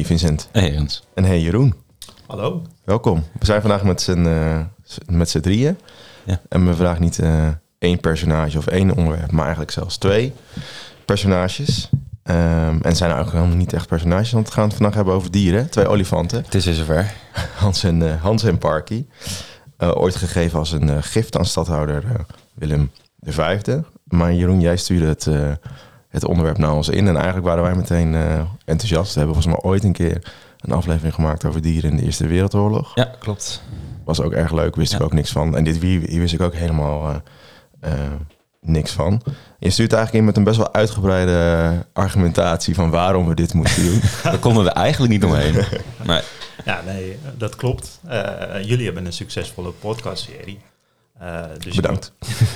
Vincent. Hey Jens. En hey Jeroen. Hallo. Welkom. We zijn vandaag met z'n drieën. Ja. En we vragen niet 1 personage of 1 onderwerp, maar eigenlijk zelfs 2 personages. En zijn eigenlijk helemaal niet echt personages, want we gaan het vandaag hebben over dieren. 2 olifanten. Het is weer zover. Hans en Parky. Ooit gegeven als een gift aan stadhouder Willem V. Maar Jeroen, jij stuurde het onderwerp naar ons in. En eigenlijk waren wij meteen enthousiast. We hebben volgens mij ooit een keer een aflevering gemaakt over dieren in de Eerste Wereldoorlog. Ja, klopt. Was ook erg leuk, wist ik ook niks van. En hier wist ik ook helemaal niks van. Je stuurt eigenlijk in met een best wel uitgebreide argumentatie van waarom we dit moeten doen. We konden er eigenlijk niet omheen. Nee. Ja, nee, dat klopt. Jullie hebben een succesvolle podcastserie. Dus Bedankt.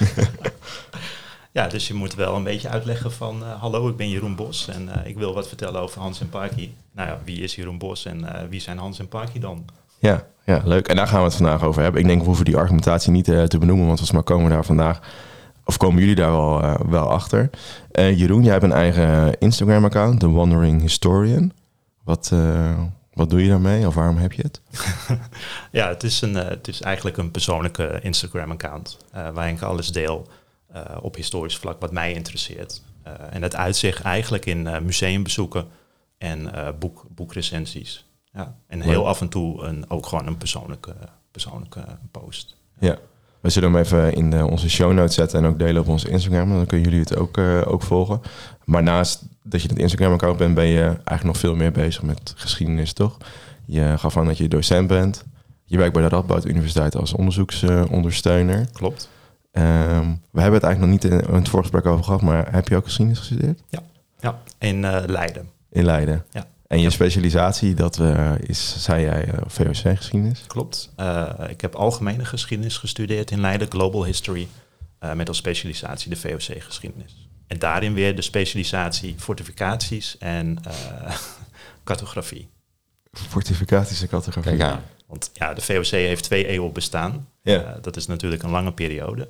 Dus je moet wel een beetje uitleggen van... hallo, ik ben Jeroen Bos en ik wil wat vertellen over Hans en Parky. Nou ja, wie is Jeroen Bos en wie zijn Hans en Parky dan? Ja, leuk. En daar gaan we het vandaag over hebben. Ik denk, we hoeven die argumentatie niet te benoemen, want volgens mij komen we daar vandaag... Of komen jullie daar wel achter. Jeroen, jij hebt een eigen Instagram-account, The Wandering Historian. Wat doe je daarmee of waarom heb je het? Ja, het is eigenlijk een persoonlijke Instagram-account... waarin ik alles deel op historisch vlak wat mij interesseert. En dat uitzicht eigenlijk in museumbezoeken en boekrecensies. Ja. En heel af en toe ook gewoon een persoonlijke post. Ja. We zullen hem even in onze show notes zetten en ook delen op onze Instagram. Dan kunnen jullie het ook volgen. Maar naast dat je het Instagram-account bent, ben je eigenlijk nog veel meer bezig met geschiedenis, toch? Je gaf aan dat je docent bent. Je werkt bij de Radboud Universiteit als onderzoeksondersteuner. Klopt. We hebben het eigenlijk nog niet in het voorgesprek over gehad, maar heb je ook geschiedenis gestudeerd? Ja, in Leiden. In Leiden? Ja. En je specialisatie, dat is, zei jij, VOC-geschiedenis? Klopt. Ik heb algemene geschiedenis gestudeerd in Leiden, Global History, met als specialisatie de VOC-geschiedenis. En daarin weer de specialisatie fortificaties en cartografie. Fortificaties en cartografie. Kijk aan. Want ja, de VOC heeft 2 eeuwen bestaan. Ja. Dat is natuurlijk een lange periode.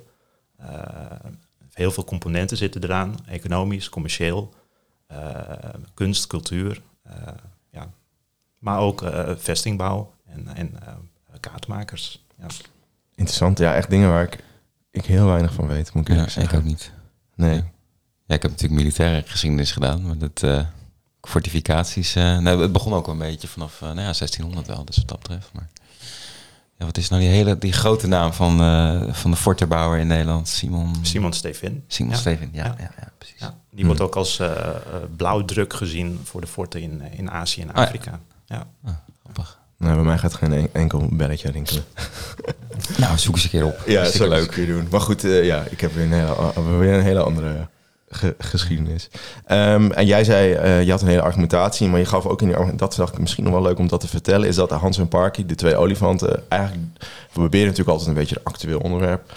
Heel veel componenten zitten eraan, economisch, commercieel, kunst, cultuur... Maar ook vestingbouw en kaartmakers. Ja. Interessant, ja, echt dingen waar ik heel weinig van weet, moet ik eerlijk zeggen. Ik ook niet. Nee. Ja, ik heb natuurlijk militaire geschiedenis gedaan, maar dat fortificaties... het begon ook wel een beetje vanaf 1600 wel, dus wat dat betreft. Maar ja, wat is nou die grote naam van de fortenbouwer in Nederland? Simon Stevin. Stevin, ja, precies. Ja, die wordt ook als blauwdruk gezien voor de forten in Azië en Afrika. Ja. Grappig. Nou, bij mij gaat geen enkel belletje rinkelen. Nou, zoek eens een keer op. Ja, dat zou leuk. ik weer doen. Maar goed, ik heb weer een hele andere geschiedenis. En jij zei, je had een hele argumentatie, maar je gaf ook in die argumentatie, dat dacht ik misschien nog wel leuk om dat te vertellen, is dat de Hans en Parky, de 2 olifanten, eigenlijk, we proberen natuurlijk altijd een beetje een actueel onderwerp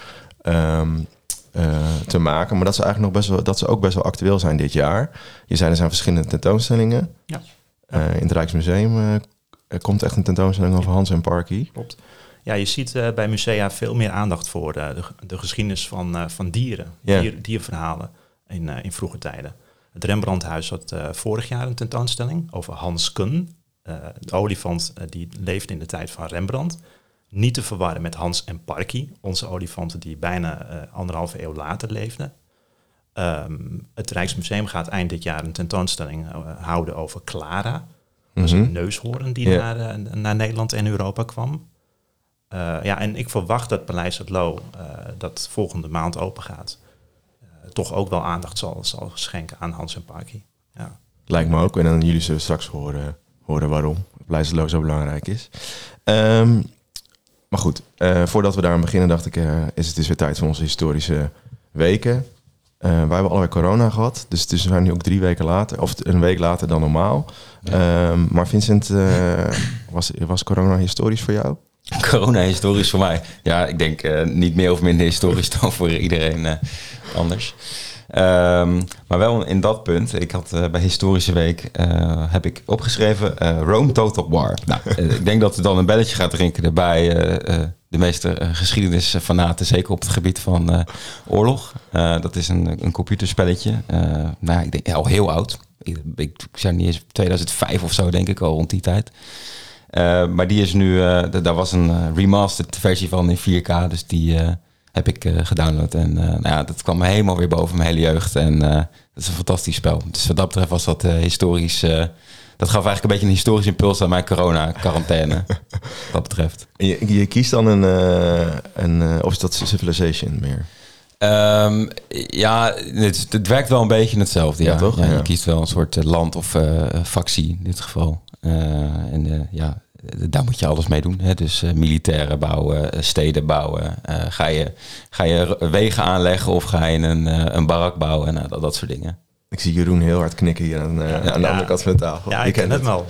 te maken, maar dat ze eigenlijk ook best wel actueel zijn dit jaar. Je zei, er zijn verschillende tentoonstellingen. Ja. In het Rijksmuseum komt echt een tentoonstelling over Hans en Parky. Klopt. Ja, je ziet bij musea veel meer aandacht voor de geschiedenis van dieren, dierverhalen in vroege tijden. Het Rembrandthuis had vorig jaar een tentoonstelling over Hans Kun, de olifant die leefde in de tijd van Rembrandt. Niet te verwarren met Hans en Parky, onze olifanten die bijna 1,5 eeuw later leefden. Het Rijksmuseum gaat eind dit jaar een tentoonstelling houden over Clara. Dat is een neushoorn die naar Nederland en Europa kwam. En ik verwacht dat Paleis het Loo, dat volgende maand open gaat, toch ook wel aandacht zal schenken aan Hans en Parky. Ja. Lijkt me ook. En dan jullie zullen straks horen waarom Paleis het Loo zo belangrijk is. Maar goed, voordat we daar aan beginnen, dacht ik, is het weer tijd voor onze historische weken. Wij hebben allebei corona gehad, dus we zijn nu ook 3 weken later, of een week later dan normaal. Ja. Maar Vincent, was corona historisch voor jou? Corona historisch voor mij. Ja, ik denk niet meer of minder historisch dan voor iedereen anders. Maar wel in dat punt. Ik had bij Historische Week heb ik opgeschreven Rome Total War. Nou, ik denk dat er dan een belletje gaat rinkelen bij de meeste geschiedenisfanaten, zeker op het gebied van oorlog. Dat is een computerspelletje. Ik denk al heel oud. Ik zei niet eens 2005 of zo, denk ik, al rond die tijd. Maar die is nu, daar was een remastered versie van in 4K, dus die heb ik gedownload. En dat kwam me helemaal weer boven mijn hele jeugd. En dat is een fantastisch spel. Dus wat dat betreft was dat historisch. Dat gaf eigenlijk een beetje een historisch impuls aan mijn corona-quarantaine. Wat dat betreft. En je kiest dan of is dat Civilization meer? Het werkt wel een beetje hetzelfde. Ja, toch? Ja, je kiest wel een soort land of factie in dit geval. Daar moet je alles mee doen. Hè? Dus militairen bouwen, steden bouwen. Ga je wegen aanleggen of ga je een barak bouwen? En dat soort dingen. Ik zie Jeroen heel hard knikken hier aan de andere kant van de tafel. Ja, ik ken het wel.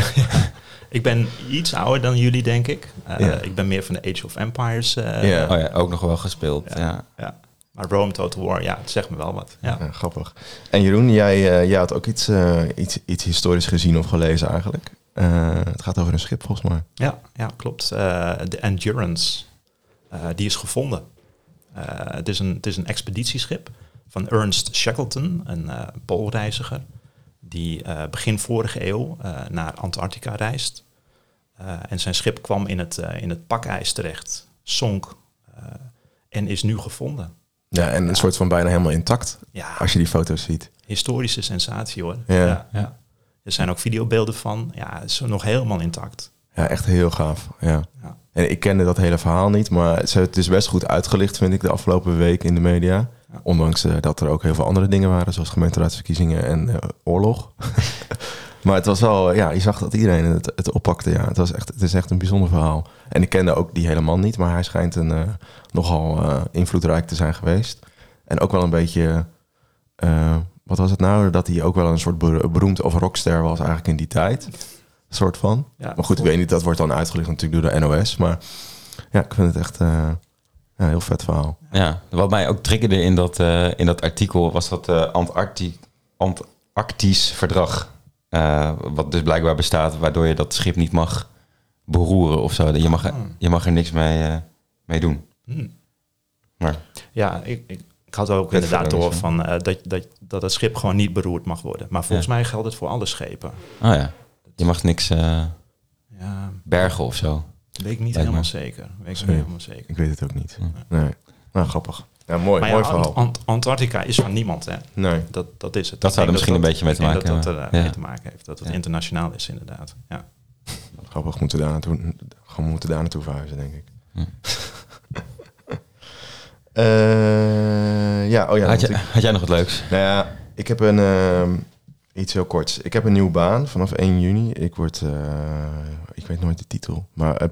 Ik ben iets ouder dan jullie, denk ik. Ik ben meer van de Age of Empires. Ook nog wel gespeeld. Ja. Maar Rome Total War, het zegt me wel wat. Ja. Grappig. En Jeroen, jij had ook iets historisch gezien of gelezen eigenlijk. Het gaat over een schip volgens mij. Ja, klopt. De Endurance. Die is gevonden. Het is een expeditieschip van Ernest Shackleton, een poolreiziger, die begin vorige eeuw naar Antarctica reist. En zijn schip kwam in het pakijs terecht, zonk en is nu gevonden. Ja, en een soort van bijna helemaal intact, als je die foto's ziet. Historische sensatie hoor. Ja. Er zijn ook videobeelden van. Ja, het is nog helemaal intact. Ja, echt heel gaaf. Ja. En ik kende dat hele verhaal niet, maar het is best goed uitgelicht, vind ik, de afgelopen week in de media. Ja. Ondanks dat er ook heel veel andere dingen waren, zoals gemeenteraadsverkiezingen en oorlog. Maar het was wel, je zag dat iedereen het oppakte. Ja. Het is echt een bijzonder verhaal. En ik kende ook die hele man niet, maar hij schijnt nogal invloedrijk te zijn geweest. En ook wel een beetje, wat was het nou? Dat hij ook wel een soort beroemd of rockster was eigenlijk in die tijd. Soort van. Ja, maar goed, ik weet niet, dat wordt dan uitgelicht natuurlijk door de NOS. Maar ja, ik vind het echt een heel vet verhaal. Ja, wat mij ook triggerde in dat artikel was dat Antarctisch verdrag. Wat dus blijkbaar bestaat, waardoor je dat schip niet mag beroeren of zo. Je mag er niks mee doen. Maar. Ja, ik had ook inderdaad door van dat het schip gewoon niet beroerd mag worden. Maar volgens mij geldt het voor alle schepen. Oh ja. Je mag niks bergen of zo. Dat weet ik niet helemaal zeker. Ik weet het ook niet. Nee. Nou, grappig. Ja, mooi verhaal. Antarctica is van niemand, hè? Nee. Dat is het. Dat zou er misschien een beetje mee te maken hebben. Dat mee te maken heeft. Dat het internationaal is, inderdaad. Ja. Grappig, moeten daar naartoe verhuizen, denk ik. Had jij nog wat leuks? Nou ja, ik heb iets heel korts. Ik heb een nieuwe baan vanaf 1 juni. Ik word, ik weet nooit de titel, maar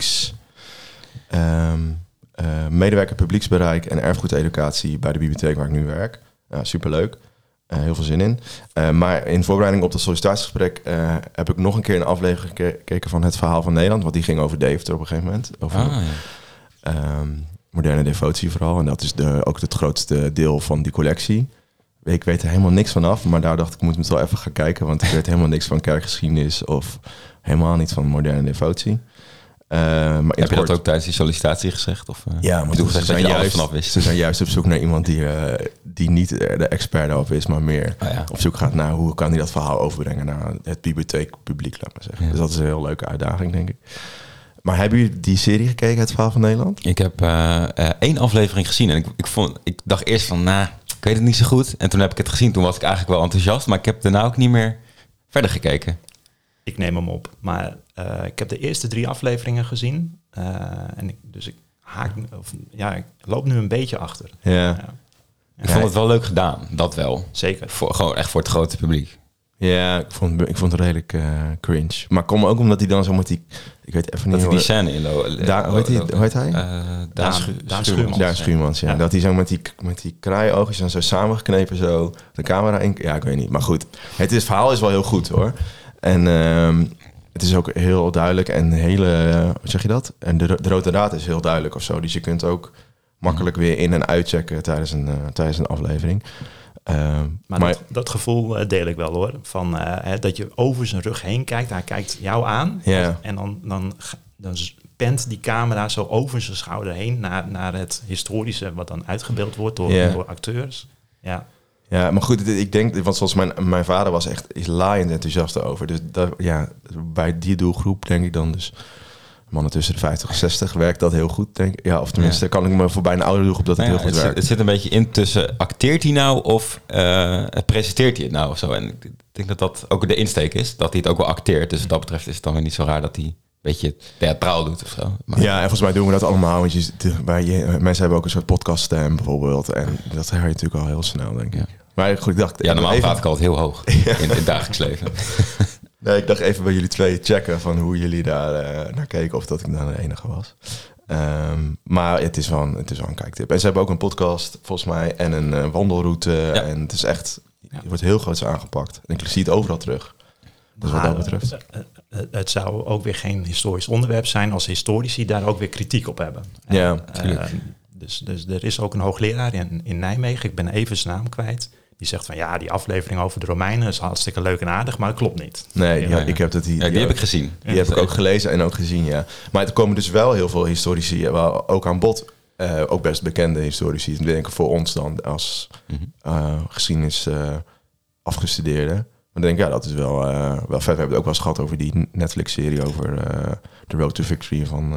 medewerker publieksbereik en erfgoededucatie bij de bibliotheek waar ik nu werk. Superleuk. Heel veel zin in. Maar in voorbereiding op dat sollicitatiegesprek heb ik nog een keer een aflevering gekeken van Het Verhaal van Nederland. Want die ging over Deventer op een gegeven moment. Over moderne devotie vooral. En dat is ook het grootste deel van die collectie. Ik weet er helemaal niks van af, maar daar dacht ik moet het wel even gaan kijken. Want ik weet helemaal niks van kerkgeschiedenis of helemaal niet van moderne devotie. Maar heb je dat ook tijdens die sollicitatie gezegd? Of, ja, maar ze zijn juist op zoek naar iemand die niet de expert daarop is, maar meer op zoek gaat naar hoe kan hij dat verhaal overbrengen naar het bibliotheekpubliek, laat maar zeggen. Ja. Dus dat is een heel leuke uitdaging, denk ik. Maar hebben jullie die serie gekeken, Het Verhaal van Nederland? Ik heb 1 aflevering gezien en ik dacht eerst van, ik weet het niet zo goed. En toen heb ik het gezien, toen was ik eigenlijk wel enthousiast, maar ik heb daarna ook niet meer verder gekeken. Ik neem hem op, maar ik heb de eerste 3 afleveringen gezien. Ik loop nu een beetje achter. Ja. Ik vond het wel leuk gedaan, dat wel. Zeker. Gewoon echt voor het grote publiek. Ja, ik vond het redelijk cringe. Maar kom ook omdat hij dan zo met die... Ik weet even niet... Dat hij die scène in... Hoe heet hij? Daan Schuurmans, ja. Dat hij zo met die kraaioogjes dan zo samengeknepen zo de camera in... Ja, ik weet niet. Maar goed, het verhaal is wel heel goed, hoor. En het is ook heel duidelijk en hele... Wat zeg je dat? En de rode draad is heel duidelijk of zo. Dus je kunt ook makkelijk weer in- en uitchecken tijdens een aflevering. Maar dat gevoel deel ik wel, hoor. Van dat je over zijn rug heen kijkt. Hij kijkt jou aan. Yeah. En dan pent die camera zo over zijn schouder heen naar het historische, wat dan uitgebeeld wordt door acteurs. Ja. Ja, maar goed, ik denk, want zoals mijn vader is laaiend enthousiast over. Dus bij die doelgroep denk ik dan dus mannen tussen de 50 en 60 werkt dat heel goed, denk ik. Ja, of tenminste kan ik me voor bijna oude doelgroep dat het heel goed werkt. Het zit een beetje in tussen acteert hij nou of presenteert hij het nou of zo. En ik denk dat ook de insteek is, dat hij het ook wel acteert. Dus wat dat betreft is het dan weer niet zo raar dat hij een beetje theatraal doet of zo. Maar ja, en volgens mij doen we dat allemaal. Want mensen hebben ook een soort podcaststem bijvoorbeeld. En dat hoor je natuurlijk al heel snel, denk ik. Ja. Maar goed, ik dacht... Ja, normaal praat ik altijd heel hoog in het dagelijks leven. Nee, ik dacht even bij jullie twee checken van hoe jullie daar naar keken. Of dat ik daar de enige was. Maar het is wel een kijktip. En ze hebben ook een podcast, volgens mij. En een wandelroute. Ja. En het is echt... Je wordt heel groots aangepakt. En ik zie het overal terug. Dus wat dat betreft... Het zou ook weer geen historisch onderwerp zijn als historici daar ook weer kritiek op hebben. Ja, dus er is ook een hoogleraar in Nijmegen, ik ben even zijn naam kwijt, die zegt van ja, die aflevering over de Romeinen is hartstikke leuk en aardig, maar dat klopt niet. Nee, ik heb dat die heb ik gezien. Die heb ik ook gelezen en ook gezien, ja. Maar er komen dus wel heel veel historici wel ook aan bod. Ook best bekende historici. Ik denk voor ons dan als geschiedenis afgestudeerden. Maar dan denk ik, dat is wel vet. We hebben het ook wel eens gehad over die Netflix-serie over The Road to Victory van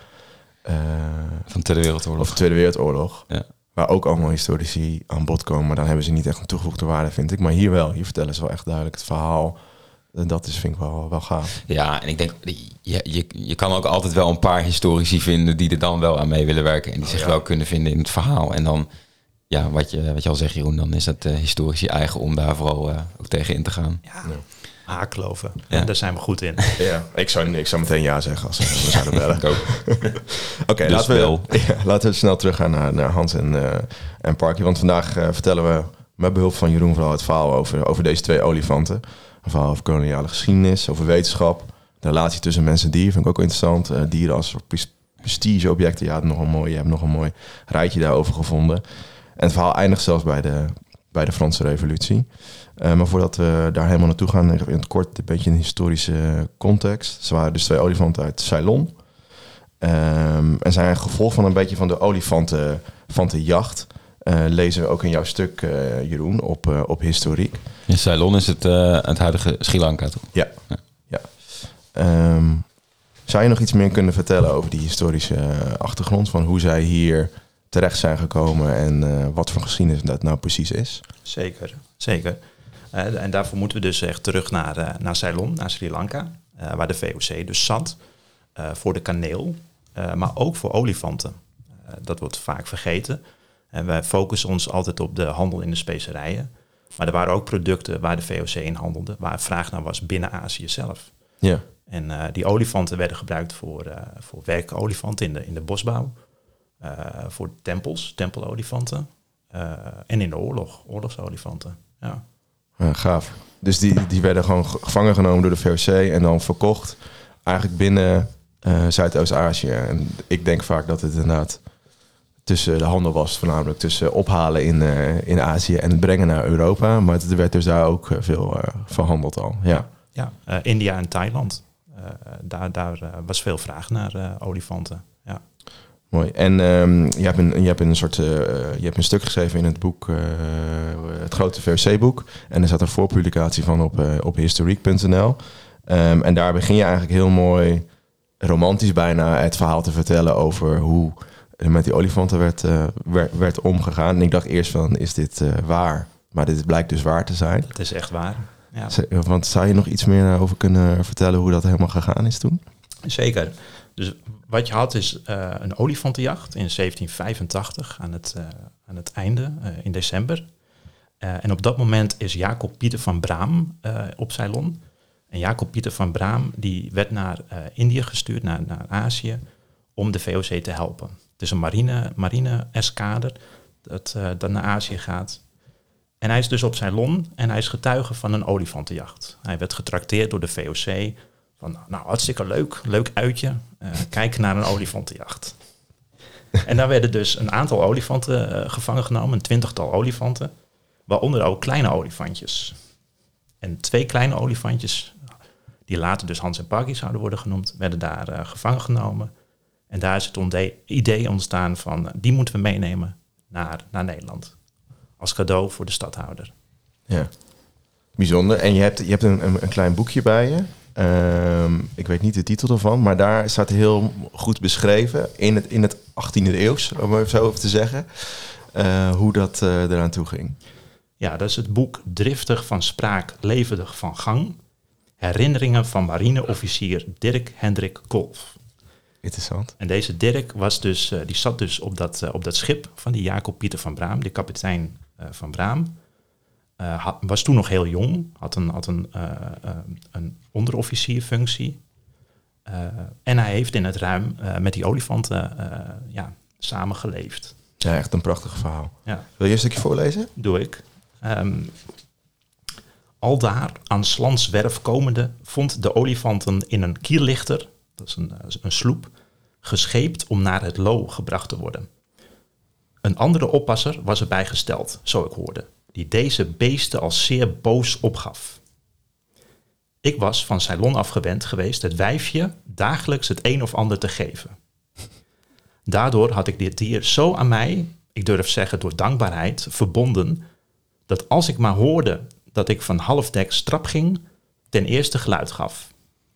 de Tweede Wereldoorlog. Of de Tweede Wereldoorlog. Ja. Waar ook allemaal historici aan bod komen. Maar dan hebben ze niet echt een toegevoegde waarde, vind ik. Maar hier wel. Hier vertellen ze wel echt duidelijk het verhaal. En dat vind ik wel gaaf. Ja, en ik denk, je kan ook altijd wel een paar historici vinden die er dan wel aan mee willen werken. En die zich wel kunnen vinden in het verhaal. En dan, ja, wat je al zegt, Jeroen, dan is het historici eigen om daar vooral ook tegen in te gaan. Ja. Haakloven. Ja. Daar zijn we goed in. Ja, ik zou meteen ja zeggen als we zouden bellen. Oké, dus laten we snel teruggaan naar Hans en Parky. Want vandaag vertellen we met behulp van Jeroen vooral het verhaal over deze twee olifanten. Een verhaal over koloniale geschiedenis, over wetenschap. De relatie tussen mens en dier vind ik ook interessant. Dieren als prestigeobjecten. Je hebt nog een mooi rijtje daarover gevonden. En het verhaal eindigt zelfs bij de Franse Revolutie. Maar voordat we daar helemaal naartoe gaan, even in het kort een beetje een historische context. Ze waren dus twee olifanten uit Ceylon. En zijn een gevolg van een beetje van de olifantenjacht. Lezen we ook in jouw stuk, Jeroen, op historiek. In Ceylon is het huidige Sri Lanka, toch? Ja. Zou je nog iets meer kunnen vertellen over die historische achtergrond? Van hoe zij hier terecht zijn gekomen en wat voor geschiedenis dat nou precies is? Zeker. En daarvoor moeten we dus echt terug naar Ceylon, naar Sri Lanka, waar de VOC dus zat, voor de kaneel, maar ook voor olifanten. Dat wordt vaak vergeten. En wij focussen ons altijd op de handel in de specerijen. Maar er waren ook producten waar de VOC in handelde, waar vraag naar was binnen Azië zelf. Ja. En die olifanten werden gebruikt voor werkolifanten in de bosbouw, voor tempelolifanten en in de oorlogsolifanten. Ja. Gaaf. Dus die werden gewoon gevangen genomen door de VOC en dan verkocht eigenlijk binnen Zuidoost-Azië. En ik denk vaak dat het inderdaad tussen de handel was, voornamelijk tussen ophalen in Azië en het brengen naar Europa. Maar er werd dus daar ook veel verhandeld al. Ja, India en Thailand. Daar was veel vraag naar olifanten. Ja. Mooi. En je hebt een stuk geschreven in het boek, het grote VOC-boek. En er staat een voorpublicatie van op historiek.nl. En daar begin je eigenlijk heel mooi, romantisch bijna, het verhaal te vertellen over hoe met die olifanten werd omgegaan. En ik dacht eerst van, is dit waar? Maar dit blijkt dus waar te zijn. Het is echt waar. Ja. Want zou je nog iets meer over kunnen vertellen hoe dat helemaal gegaan is toen? Zeker. Dus wat je had is een olifantenjacht in 1785 aan het einde, in december. En op dat moment is Jacob Pieter van Braam op Ceylon. En Jacob Pieter van Braam die werd naar Indië gestuurd, naar Azië, om de VOC te helpen. Het is een marine-eskader dat naar Azië gaat. En hij is dus op Ceylon en hij is getuige van een olifantenjacht. Hij werd getrakteerd door de VOC van, nou hartstikke leuk uitje, kijken naar een olifantenjacht. En daar werden dus een aantal olifanten gevangen genomen, een 20-tal olifanten, waaronder ook kleine olifantjes. En 2 kleine olifantjes, die later dus Hans en Parky zouden worden genoemd, werden daar gevangen genomen. En daar is het idee ontstaan van, die moeten we meenemen naar Nederland. Als cadeau voor de stadhouder. Ja, bijzonder. En je hebt een klein boekje bij je. Ik weet niet de titel ervan, maar daar staat heel goed beschreven in het 18e eeuws, om even zo over te zeggen, hoe dat eraan toe ging. Ja, dat is het boek Driftig van spraak, levendig van gang. Herinneringen van marineofficier Dirk Hendrik Kolff. Interessant. En deze Dirk die zat dus op dat schip van die Jacob Pieter van Braam, de kapitein van Braam. Was toen nog heel jong, had een onderofficierfunctie. En hij heeft in het ruim met die olifanten samengeleefd. Ja, echt een prachtig verhaal. Ja. Wil je een stukje voorlezen? Doe ik. Aldaar aan 's lands werf komende vond de olifanten in een kierlichter, dat is een sloep, gescheept om naar het Loo gebracht te worden. Een andere oppasser was erbij gesteld, zo ik hoorde, die deze beesten als zeer boos opgaf. Ik was van Ceylon afgewend geweest het wijfje dagelijks het een of ander te geven. Daardoor had ik dit dier zo aan mij, ik durf zeggen door dankbaarheid, verbonden, dat als ik maar hoorde dat ik van halfdeks trap ging, ten eerste geluid gaf.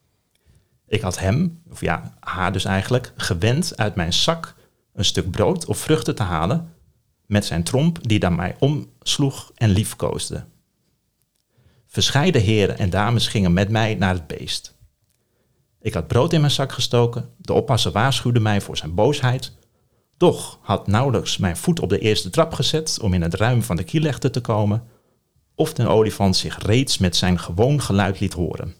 Ik had hem, of ja, haar dus eigenlijk, gewend uit mijn zak een stuk brood of vruchten te halen met zijn tromp die dan mij omsloeg en liefkoosde. Verscheiden heren en dames gingen met mij naar het beest. Ik had brood in mijn zak gestoken, de oppasser waarschuwde mij voor zijn boosheid, doch had nauwelijks mijn voet op de eerste trap gezet om in het ruim van de kierlichter te komen, of de olifant zich reeds met zijn gewoon geluid liet horen.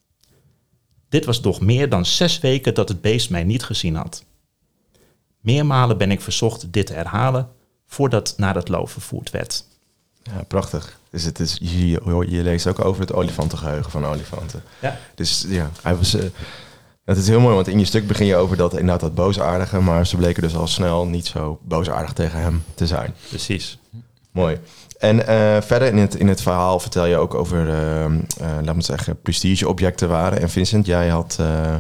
Dit was toch meer dan 6 weken dat het beest mij niet gezien had. Meermalen ben ik verzocht dit te herhalen voordat naar het Loo vervoerd werd. Ja, prachtig. Dus het is, je leest ook over het olifantengeheugen van olifanten. Ja. Dus ja, hij was... Het is heel mooi, want in je stuk begin je over dat boosaardige, maar ze bleken dus al snel niet zo boosaardig tegen hem te zijn. Precies. Mooi. En verder in het verhaal vertel je ook over, laten we zeggen, prestigeobjecten waren. En Vincent, jij had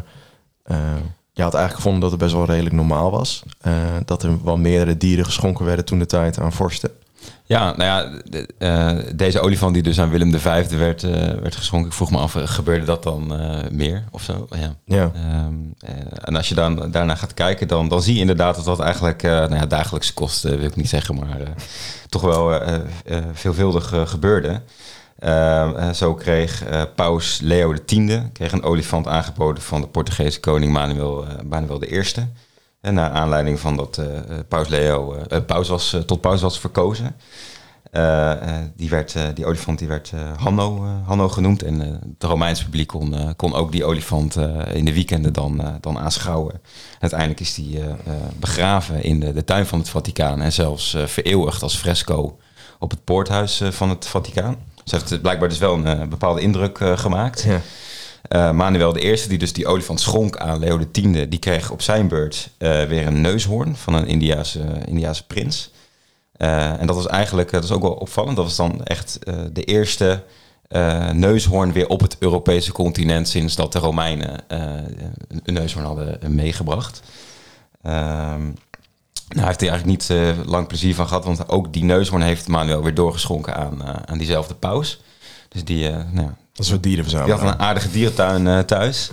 eigenlijk gevonden dat het best wel redelijk normaal was. Dat er wel meerdere dieren geschonken werden toen de tijd aan vorsten. Ja, nou ja, deze olifant die dus aan Willem V werd geschonken. Ik vroeg me af, gebeurde dat dan meer of zo? Ja. En als je dan daarna gaat kijken, dan zie je inderdaad dat eigenlijk dagelijkse kosten, wil ik niet zeggen, maar toch wel veelvuldig gebeurde. Zo kreeg paus Leo X een olifant aangeboden van de Portugese koning Manuel I. En naar aanleiding van dat tot paus was verkozen. Die olifant werd Hanno genoemd. En het Romeinse publiek kon ook die olifant in de weekenden dan aanschouwen. Uiteindelijk is die begraven in de tuin van het Vaticaan. En zelfs vereeuwigd als fresco op het poorthuis van het Vaticaan. Ze heeft blijkbaar dus wel een bepaalde indruk gemaakt. Ja. Manuel I, die dus die olifant schonk aan Leo X, die kreeg op zijn beurt weer een neushoorn van een Indiase prins. En dat was eigenlijk, dat is ook wel opvallend, dat was dan echt de eerste neushoorn weer op het Europese continent sinds dat de Romeinen een neushoorn hadden meegebracht. Hij heeft er eigenlijk niet lang plezier van gehad, want ook die neushoorn heeft Manuel weer doorgeschonken aan diezelfde paus. Dus dat is wat dierenverzamelaar. Die had een aardige dierentuin thuis.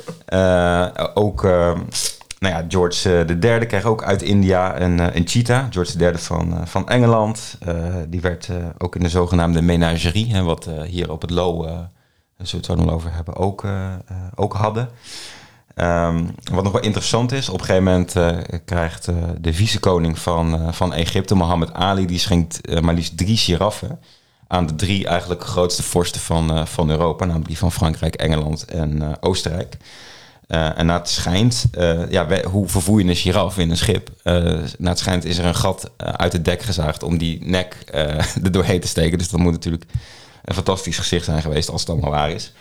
George III kreeg ook uit India een cheetah. George III van Engeland. Die werd ook in de zogenaamde menagerie, wat hier op het Loo, zullen we het zo nog over hebben, ook hadden. Wat nog wel interessant is, op een gegeven moment krijgt de vicekoning van Egypte, Mohammed Ali, die schenkt maar liefst 3 giraffen aan de 3 eigenlijk grootste vorsten van Europa, namelijk die van Frankrijk, Engeland en Oostenrijk. En naar het schijnt, hoe vervoer je een giraf in een schip? Naar het schijnt is er een gat uit het dek gezaagd om die nek er doorheen te steken. Dus dat moet natuurlijk een fantastisch gezicht zijn geweest als het allemaal waar is.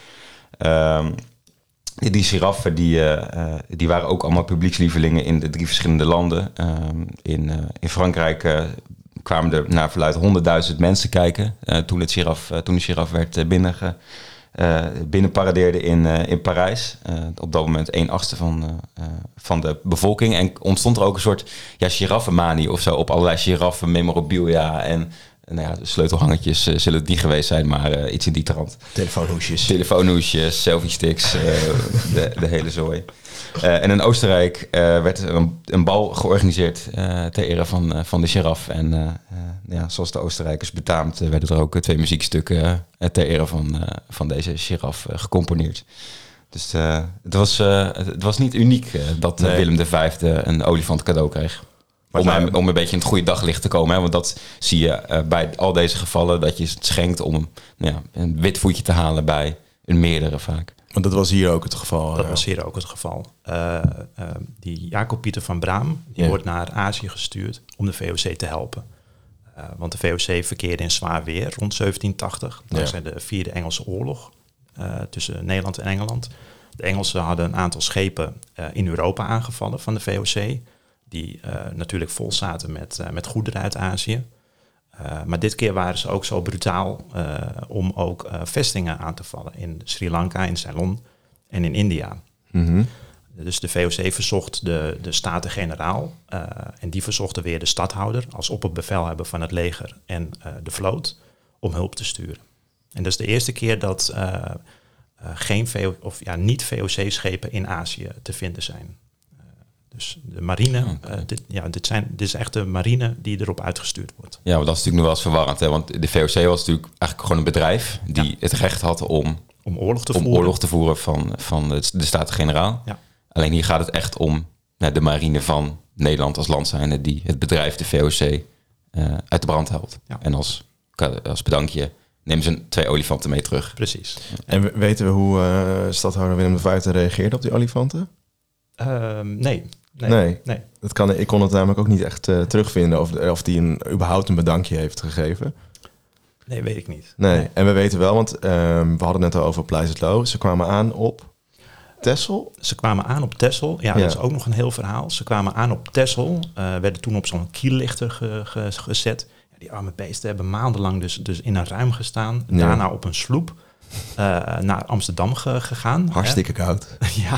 Die giraffen die waren ook allemaal publiekslievelingen in de 3 verschillende landen. In Frankrijk kwamen er naar verluidt 100.000 mensen kijken toen de giraf werd binnenparadeerde in Parijs. Op dat moment 1/8 van de bevolking. En ontstond er ook een soort giraffenmanie of zo op allerlei giraffen, memorabilia en sleutelhangertjes zullen het niet geweest zijn, maar iets in die trant. Telefoonhoesjes, selfie sticks, de hele zooi. En in Oostenrijk werd een bal georganiseerd ter ere van de giraf. En zoals de Oostenrijkers betaamt, werden er ook 2 muziekstukken ter ere van deze giraf gecomponeerd. Dus het was niet uniek dat Willem V een olifant cadeau kreeg. Om een beetje in het goede daglicht te komen. Hè? Want dat zie je bij al deze gevallen, dat je het schenkt om een wit voetje te halen bij een meerdere vaak. Want dat was hier ook het geval. Dat was hier ook het geval. Die Jacob Pieter van Braam, die wordt naar Azië gestuurd om de VOC te helpen. Want de VOC verkeerde in zwaar weer rond 1780. Dankzij de 4e Engelse oorlog tussen Nederland en Engeland. De Engelsen hadden een aantal schepen in Europa aangevallen van de VOC. Die natuurlijk vol zaten met goederen uit Azië. Maar dit keer waren ze ook zo brutaal om ook vestingen aan te vallen in Sri Lanka, in Ceylon en in India. Mm-hmm. Dus de VOC verzocht de Staten-Generaal en die verzochten weer de stadhouder als opperbevelhebber van het leger en de vloot om hulp te sturen. En dat is de eerste keer dat niet VOC-schepen in Azië te vinden zijn. Dus de marine, dit is echt de marine die erop uitgestuurd wordt. Ja, maar dat is natuurlijk nog wel eens verwarrend. Hè? Want de VOC was natuurlijk eigenlijk gewoon een bedrijf die het recht had om oorlog te voeren van de Staten-Generaal. Ja. Alleen hier gaat het echt om de marine van Nederland als land zijnde die het bedrijf, de VOC, uit de brand helpt. Ja. En als bedankje nemen ze 2 olifanten mee terug. Precies. Ja. En weten we hoe stadhouder Willem V reageerde op die olifanten? Nee. Ik kon het namelijk ook niet echt terugvinden of die überhaupt een bedankje heeft gegeven. Nee, weet ik niet. Nee. En we weten wel, want we hadden het net al over Pleistoclo. Ze kwamen aan op Texel. Ze kwamen aan op Texel. Ja, dat is ook nog een heel verhaal. Ze kwamen aan op Texel, werden toen op zo'n kiellichter gezet. Ja, die arme beesten hebben maandenlang dus in een ruim gestaan. Ja. Daarna op een sloep naar Amsterdam gegaan. Hartstikke koud. Ja,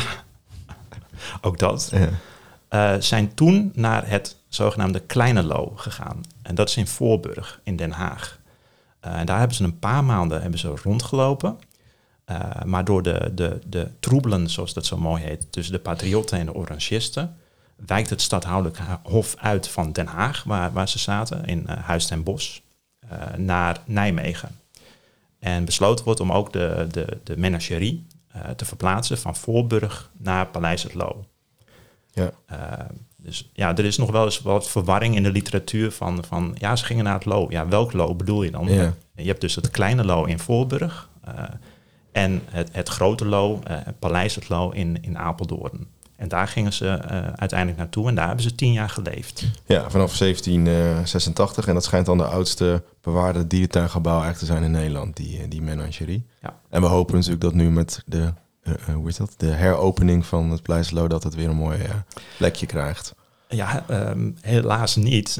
ook dat. Ja. Zijn toen naar het zogenaamde Kleine Loo gegaan. En dat is in Voorburg in Den Haag. En daar hebben ze een paar maanden rondgelopen. Maar door de troebelen, zoals dat zo mooi heet, tussen de patriotten en de orangisten, wijkt het stadhoudelijk hof uit van Den Haag, waar ze zaten, in Huis ten Bosch, naar Nijmegen. En besloten wordt om ook de menagerie te verplaatsen van Voorburg naar Paleis het Loo. Ja. Dus ja, er is nog wel eens wat verwarring in de literatuur van ze gingen naar het Loo. Ja, welk Loo bedoel je dan? Ja. Je hebt dus het Kleine Loo in Voorburg en het grote Loo, Paleis het Loo in Apeldoorn. En daar gingen ze uiteindelijk naartoe en daar hebben ze 10 jaar geleefd. Ja, vanaf 1786 en dat schijnt dan de oudste bewaarde dierentuingebouw eigenlijk te zijn in Nederland, die menagerie. Ja. En we hopen natuurlijk dat nu met de heropening van het Paleis het Loo dat het weer een mooi plekje krijgt. Ja, helaas niet.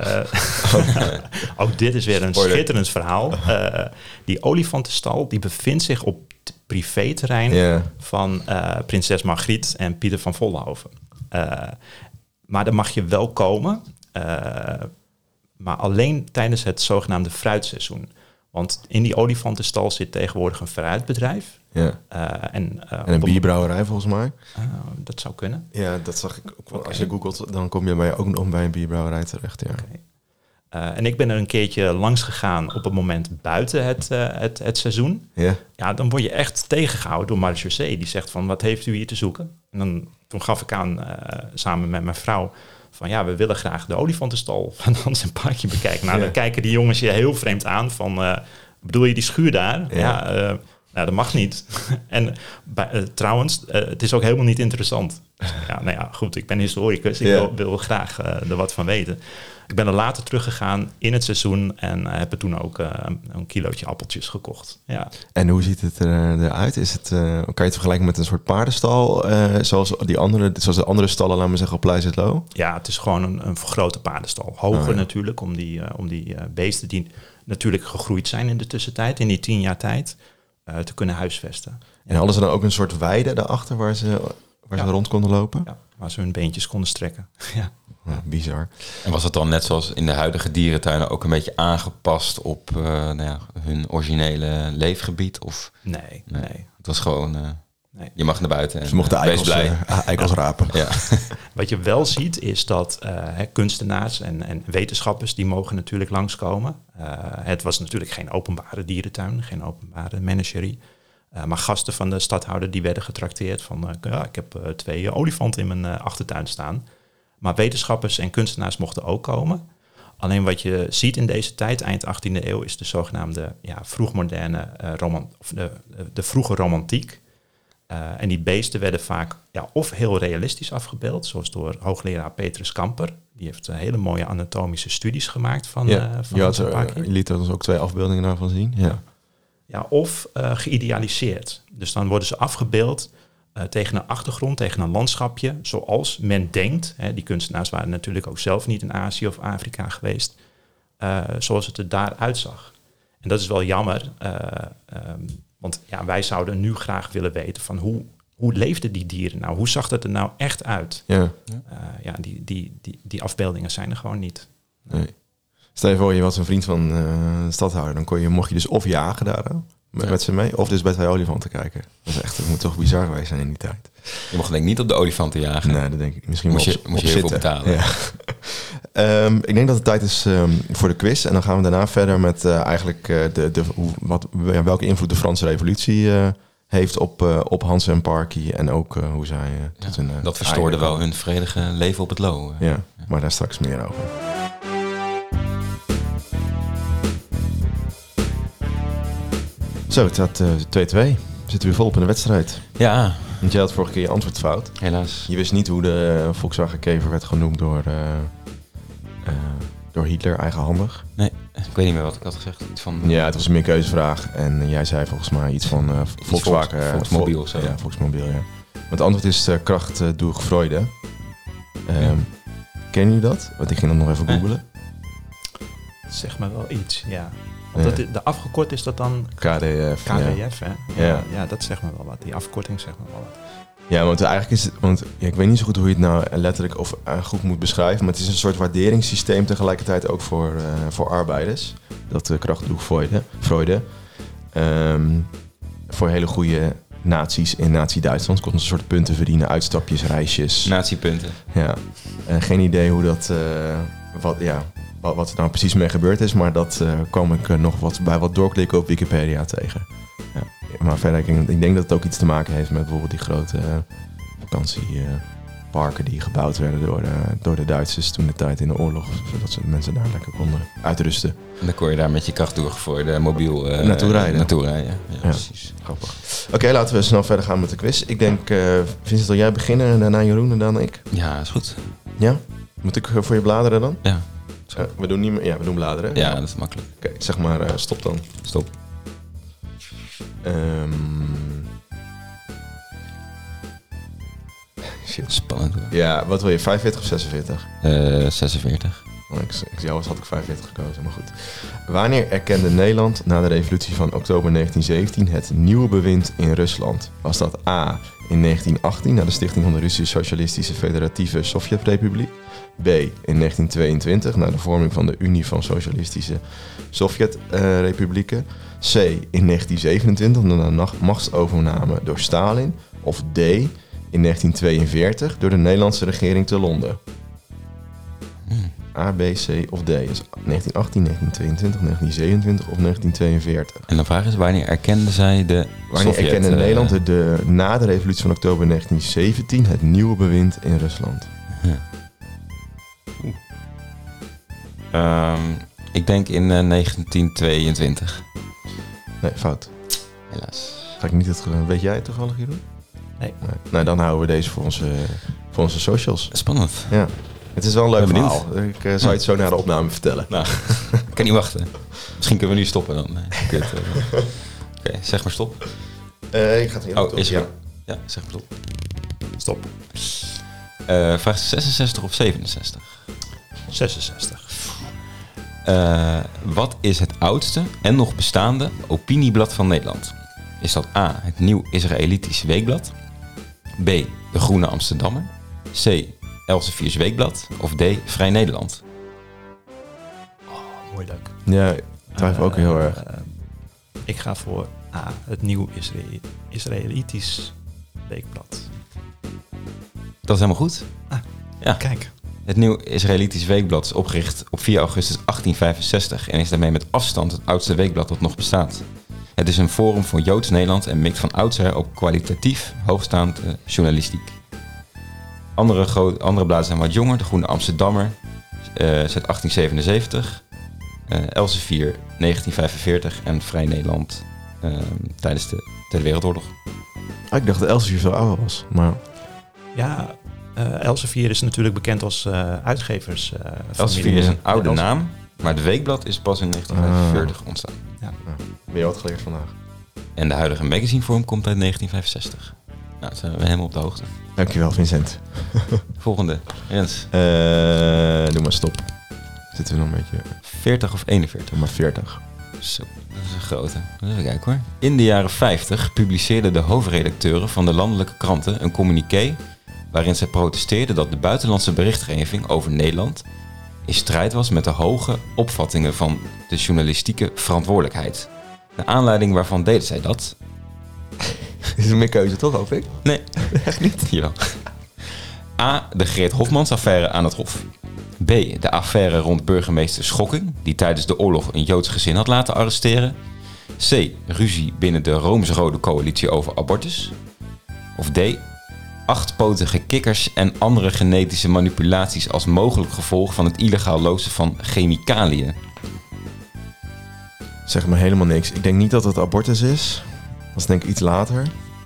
Ook dit is weer een schitterend verhaal. Die olifantenstal die bevindt zich op het privéterrein van prinses Margriet en Pieter van Vollenhoven. Maar daar mag je wel komen, maar alleen tijdens het zogenaamde fruitseizoen. Want in die olifantenstal zit tegenwoordig een fruitbedrijf. Ja. En een bierbrouwerij volgens mij. Dat zou kunnen. Ja, dat zag ik ook wel. Okay. Als je googelt, dan kom je ook nog bij een bierbrouwerij terecht. Ja. Okay. En ik ben er een keertje langs gegaan op het moment buiten het seizoen. Yeah. Ja, dan word je echt tegengehouden door Marechaussee. Die zegt van, wat heeft u hier te zoeken? En toen gaf ik aan, samen met mijn vrouw, van ja, we willen graag de olifantenstal van ons een parkje bekijken. Nou, dan kijken die jongens je heel vreemd aan van, bedoel je die schuur daar? Ja, dat mag niet. En trouwens, het is ook helemaal niet interessant. Ja, nou ja, goed, ik ben historicus. Ik wil graag er wat van weten. Ik ben er later teruggegaan in het seizoen en heb er toen ook een kilootje appeltjes gekocht. Ja. En hoe ziet het eruit? Is het, kan je het vergelijken met een soort paardenstal, zoals de andere stallen, laten we zeggen, op Paleis het Loo? Ja, het is gewoon een vergrote paardenstal. Hoger natuurlijk, om die beesten die natuurlijk gegroeid zijn in de tussentijd, in die 10 jaar tijd, te kunnen huisvesten. En hadden ze dan ook een soort weide daarachter waar ze rond konden lopen? Ja, waar ze hun beentjes konden strekken. Ja. Ja, bizar. En was het dan net zoals in de huidige dierentuinen ook een beetje aangepast op hun originele leefgebied? Of? Nee. Het was gewoon, Nee. je mag naar buiten en Ze mochten wees blij. eikels rapen. Ja. Wat je wel ziet is dat kunstenaars en wetenschappers, die mogen natuurlijk langskomen. Het was natuurlijk geen openbare dierentuin, geen openbare menagerie. Maar gasten van de stadhouder die werden getrakteerd van, ik heb 2 olifanten in mijn achtertuin staan. Maar wetenschappers en kunstenaars mochten ook komen. Alleen wat je ziet in deze tijd, eind 18e eeuw, is de zogenaamde vroegmoderne de vroege romantiek. En die beesten werden vaak of heel realistisch afgebeeld, zoals door hoogleraar Petrus Kamper. Die heeft hele mooie anatomische studies gemaakt van je liet ons ook 2 afbeeldingen daarvan zien. Ja, of geïdealiseerd. Dus dan worden ze afgebeeld tegen een achtergrond, tegen een landschapje, zoals men denkt. Die kunstenaars waren natuurlijk ook zelf niet in Azië of Afrika geweest. Zoals het er daar uitzag. En dat is wel jammer. Want wij zouden nu graag willen weten van hoe leefden die dieren nou? Hoe zag dat er nou echt uit? Ja. Die afbeeldingen zijn er gewoon niet. Nee. Stel je voor, je was een vriend van de stadhouder. Dan mocht je dus of jagen daar met ze mee, of dus bij 2 olifanten kijken. Dat moet toch bizar geweest zijn in die tijd. Je mocht denk ik niet op de olifanten jagen. Nee, dat denk ik. Misschien moest je heel veel betalen. Ja. Ik denk dat het tijd is voor de quiz. En dan gaan we daarna verder met welke invloed de Franse Revolutie heeft op Hans en Parky. En ook hoe zij... dat verstoorde wel hun vredige leven op het Loo. Ja, maar daar straks meer over. Zo, het staat 2-2. We zitten weer volop in de wedstrijd. Ja. Want jij had vorige keer je antwoord fout. Helaas. Je wist niet hoe de Volkswagen Kever werd genoemd door Hitler, eigenhandig. Nee, ik weet niet meer wat ik had gezegd. Iets van, ja, het was een meerkeuzevraag. En jij zei volgens mij iets van Volkswagen... Volksmobiel of zo. Ja, Volksmobiel, ja. Maar het antwoord is Kracht durch Freude. Ken jullie dat? Want ik ging dat nog even googlen. Zeg maar wel iets, ja. Want de afgekort is dat dan... KDF. KDF, ja. Hè? Ja, dat zegt me wel wat. Die afkorting zegt me wel wat. Ja, want eigenlijk is het... Want ik weet niet zo goed hoe je het nou letterlijk of goed moet beschrijven. Maar het is een soort waarderingssysteem tegelijkertijd ook voor arbeiders. Dat Kracht durch Freude. Voor hele goede nazi's in Nazi-Duitsland. Kon een soort punten verdienen, uitstapjes, reisjes. Nazi-punten. Ja. Geen idee hoe dat... wat er nou precies mee gebeurd is, maar dat kwam ik nog wat doorklikken op Wikipedia tegen. Ja. Maar verder, ik denk dat het ook iets te maken heeft met bijvoorbeeld die grote vakantieparken die gebouwd werden door de Duitsers toen de tijd in de oorlog, zodat ze mensen daar lekker konden uitrusten. En dan kon je daar met je Kracht durch voor de mobiel naartoe rijden. Ja, precies. Grappig. Oké, laten we snel verder gaan met de quiz. Ik denk, Vincent, wil jij beginnen en daarna Jeroen en daarna ik? Ja, is goed. Ja? Moet ik voor je bladeren dan? Ja. We doen niet meer. Ja, we doen bladeren. Ja, dat is makkelijk. Oké, zeg maar stop dan. Stop. Shit. Spannend hoor. Ja, wat wil je? 45 of 46? 46. Had ik 45 gekozen, maar goed. Wanneer erkende Nederland na de revolutie van oktober 1917 het nieuwe bewind in Rusland? Was dat A in 1918 na de stichting van de Russische Socialistische Federatieve Sovjetrepubliek? B in 1922 na de vorming van de Unie van Socialistische Sovjetrepublieken? C in 1927 na de machtsovername door Stalin? Of D in 1942 door de Nederlandse regering te Londen? A, B, C of D. Dus 1918, 1922, 1927 of 1942. En de vraag is, wanneer erkende zij de Wanneer erkende Nederland na de revolutie van oktober 1917 het nieuwe bewind in Rusland? Ik denk in 1922. Nee, fout. Helaas. Ga ik niet het... Weet jij het toevallig, Jeroen? Nee. Nou, dan houden we deze voor onze socials. Spannend. Ja. Het is wel een leuk verhaal. Ik zal je het zo na de opname vertellen. Nou, ik kan niet wachten. Misschien kunnen we nu stoppen dan. Oké, zeg maar stop. Ik ga het hier is er. Ja, zeg maar stop. Stop. Vraag 66 of 67? 66. Wat is het oudste en nog bestaande opinieblad van Nederland? Is dat A, het Nieuw Israëlitisch Weekblad? B, de Groene Amsterdammer? C, Elsevier's Weekblad? Of D, Vrij Nederland? Moeilijk. Ja, ik twijfel ook heel erg. Ik ga voor A, het Nieuw Israëlitisch Weekblad. Dat is helemaal goed. Ja. Kijk. Het Nieuw Israëlitisch Weekblad is opgericht op 4 augustus 1865 en is daarmee met afstand het oudste weekblad dat nog bestaat. Het is een forum voor Joods Nederland en mikt van oudsher op kwalitatief hoogstaande journalistiek. Andere bladen zijn wat jonger. De Groene Amsterdammer zet 1877, Elsevier 1945 en Vrij Nederland tijdens de Tweede Wereldoorlog. Ik dacht dat Elsevier zo oud was, maar... Ja, Elsevier is natuurlijk bekend als uitgevers. Elsevier is een oude naam, maar het weekblad is pas in 1945 ontstaan. Ja. Ben je wat geleerd vandaag? En de huidige magazinevorm komt uit 1965. Nou, dat zijn we helemaal op de hoogte. Dankjewel, Vincent. Volgende, Rens. Doe maar stop. Zitten we nog een beetje... 40 of 41? Doe maar 40. Zo, dat is een grote. Even kijken hoor. In de jaren 50 publiceerden de hoofdredacteuren van de landelijke kranten een communiqué waarin zij protesteerden dat de buitenlandse berichtgeving over Nederland in strijd was met de hoge opvattingen van de journalistieke verantwoordelijkheid. Naar aanleiding waarvan deden zij dat? Is er meer keuze toch, hoop ik? Nee, echt niet. Jawel. A. De Greet Hofmans-affaire aan het Hof. B. De affaire rond burgemeester Schokking, die tijdens de oorlog een Joods gezin had laten arresteren. C. Ruzie binnen de Rooms-Rode coalitie over abortus. Of D. 8-potige kikkers en andere genetische manipulaties als mogelijk gevolg van het illegaal lozen van chemicaliën. Zeg me helemaal niks. Ik denk niet dat het abortus is. Dat is denk ik iets later.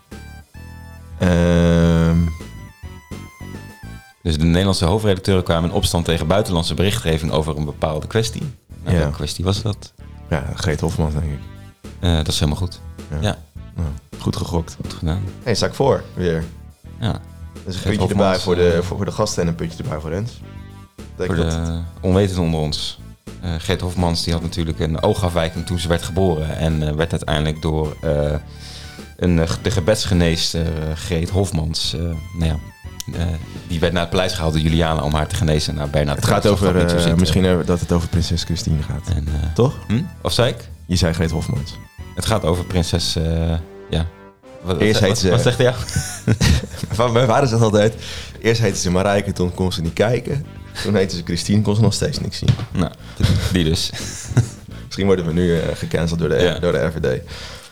Dus de Nederlandse hoofdredacteuren kwamen in opstand tegen buitenlandse berichtgeving over een bepaalde kwestie. Nou, welke kwestie was dat? Ja, Greet Hofmans, denk ik. Dat is helemaal goed. Ja. Nou, goed gegokt. Goed gedaan. Hey, sta ik voor weer. Ja. Dus een puntje erbij voor de gasten en een puntje erbij voor Rens. Voor de onwetenden onder ons. Greet Hofmans die had natuurlijk een oogafwijking toen ze werd geboren. En werd uiteindelijk door de gebedsgeneester Greet Hofmans... die werd naar het paleis gehaald door Juliana om haar te genezen. Nou, bijna het gaat over, misschien dat het over prinses Christine gaat. En, toch? Of zei ik? Je zei Greet Hofmans. Het gaat over prinses... Wat zegt hij jou? Van mijn vader zegt altijd... Eerst heette ze Marijke, toen kon ze niet kijken. Toen heette ze Christine, kon ze nog steeds niks zien. Nou, die dus. Misschien worden we nu gecanceld door de RVD.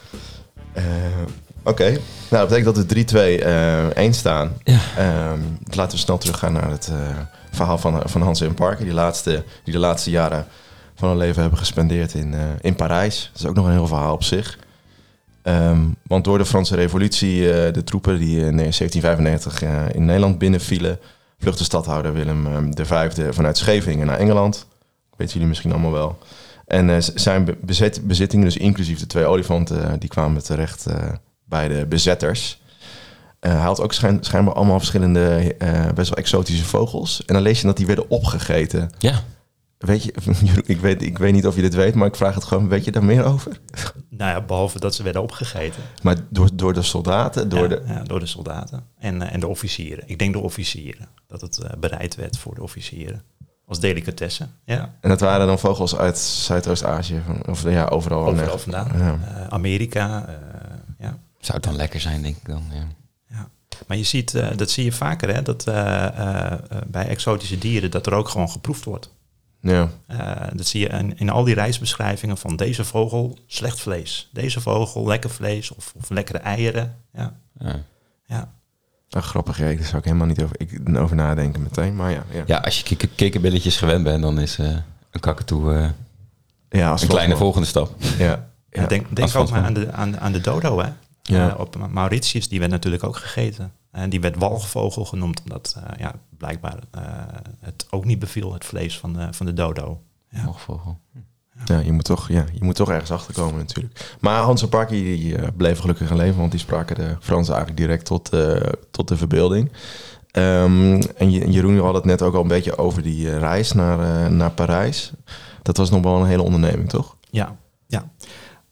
Oké. Nou, dat betekent dat we 3-2-1 staan. Ja. Laten we snel teruggaan naar het verhaal van Hans en Parker. Die de laatste jaren van hun leven hebben gespendeerd in Parijs. Dat is ook nog een heel verhaal op zich. Want door de Franse revolutie, de troepen die in 1795 in Nederland binnenvielen, vluchtte stadhouder Willem V vanuit Scheveningen naar Engeland. Dat weten jullie misschien allemaal wel. En zijn bezittingen, dus inclusief de 2 olifanten, die kwamen terecht bij de bezetters. Hij had ook schijnbaar allemaal verschillende, best wel exotische vogels. En dan lees je dat die werden opgegeten. Ja. Weet je, ik weet niet of je dit weet, maar ik vraag het gewoon, weet je daar meer over? Nou ja, behalve dat ze werden opgegeten. Maar door de soldaten? Door de soldaten en de officieren. Ik denk de officieren. Dat het bereid werd voor de officieren. Als delicatesse, ja. En dat waren dan vogels uit Zuidoost-Azië? Of ja, overal vandaan. Ja. Amerika, ja. Zou het dan lekker zijn, denk ik dan, ja. Maar je ziet, dat zie je vaker, hè, dat bij exotische dieren dat er ook gewoon geproefd wordt. Ja. Dat zie je in al die reisbeschrijvingen van deze vogel slecht vlees. Deze vogel lekker vlees of lekkere eieren. Ja. Oh, grappig, ja. Daar zou ik helemaal niet over nadenken meteen. Maar ja. Ja, als je kikkerbilletjes gewend bent, dan is een kakatoe een kleine volgende stap. Ja. Denk ook maar aan de dodo, hè. Ja. Op Mauritius, die werd natuurlijk ook gegeten. En die werd walgvogel genoemd, omdat blijkbaar het ook niet beviel, het vlees van de dodo. Ja. Walgvogel. Ja, je moet toch ergens achterkomen natuurlijk. Maar Hans en Parker die bleven gelukkig in leven, want die spraken de Fransen eigenlijk direct tot de verbeelding. En Jeroen, je had het net ook al een beetje over die reis naar Parijs. Dat was nog wel een hele onderneming, toch? Ja,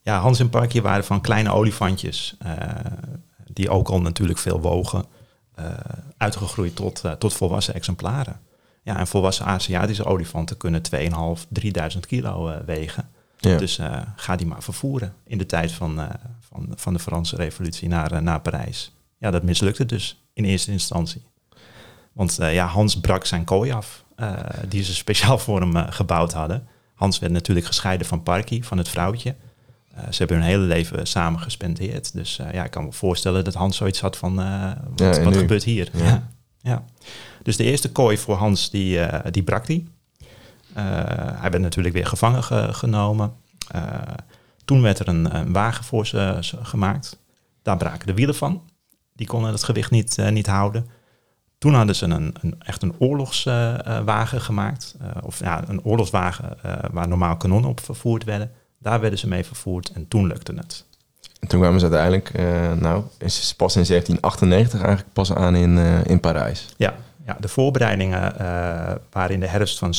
Ja, Hans en Parky waren van kleine olifantjes, die ook al natuurlijk veel wogen, uitgegroeid tot volwassen exemplaren. Ja, en volwassen Aziatische olifanten kunnen 2.500-3.000 kilo wegen. Ja. Dus ga die maar vervoeren in de tijd van de Franse revolutie naar Parijs. Ja, dat mislukte dus in eerste instantie. Want Hans brak zijn kooi af, die ze speciaal voor hem gebouwd hadden. Hans werd natuurlijk gescheiden van Parky, van het vrouwtje. Ze hebben hun hele leven samen gespendeerd. Dus ik kan me voorstellen dat Hans zoiets had van, wat gebeurt hier? Ja. Ja. Dus de eerste kooi voor Hans, die brak hij. Hij werd natuurlijk weer gevangen genomen. Toen werd er een wagen voor ze gemaakt. Daar braken de wielen van. Die konden het gewicht niet houden. Toen hadden ze echt een oorlogswagen gemact. Een oorlogswagen waar normaal kanonnen op vervoerd werden. Daar werden ze mee vervoerd en toen lukte het. En toen kwamen ze uiteindelijk, pas in 1798 eigenlijk pas aan in Parijs. Ja, de voorbereidingen waren in de herfst van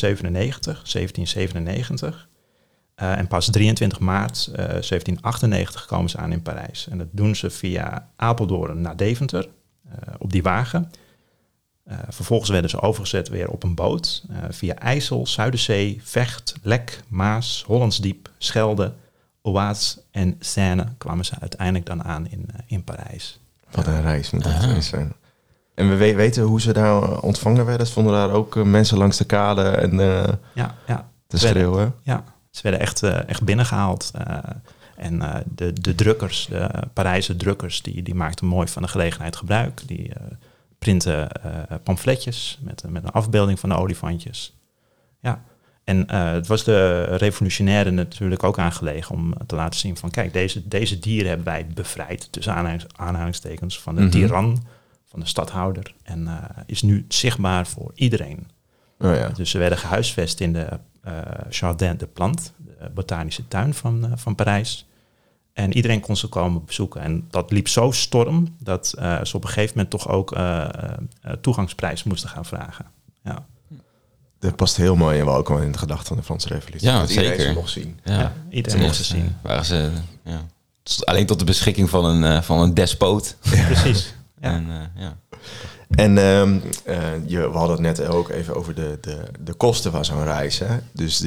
1797. En pas 23 maart 1798 komen ze aan in Parijs. En dat doen ze via Apeldoorn naar Deventer, op die wagen. Vervolgens werden ze overgezet weer op een boot. Via IJssel, Zuiderzee, Vecht, Lek, Maas, Hollandsdiep, Schelde, Oise en Seine kwamen ze uiteindelijk dan aan in Parijs. Wat een reis moet dat geweest zijn. En we weten hoe ze daar ontvangen werden. Stonden daar ook mensen langs de kade en te schreeuwen? Ze werden echt binnengehaald. De drukkers, de Parijse drukkers, die maakten mooi van de gelegenheid gebruik. Die printen pamfletjes met een afbeelding van de olifantjes. Ja. En het was de revolutionairen natuurlijk ook aangelegen om te laten zien van, kijk, deze dieren hebben wij bevrijd, tussen aanhalingstekens, van de tiran, van de stadhouder. En is nu zichtbaar voor iedereen. Oh ja. Dus ze werden gehuisvest in de Jardin des Plantes, de botanische tuin van Parijs. En iedereen kon ze komen bezoeken. En dat liep zo storm dat ze op een gegeven moment toch ook toegangsprijs moesten gaan vragen. Ja. Dat past heel mooi en wel ook wel in de gedachte van de Franse Revolutie. Ja, dat zeker. Iedereen ze nog zien. Ja, iedereen mocht ze zien. Waren ze alleen tot de beschikking van een despoot. Ja. Precies. Ja. En we hadden het net ook even over de kosten van zo'n reis. Hè? Dus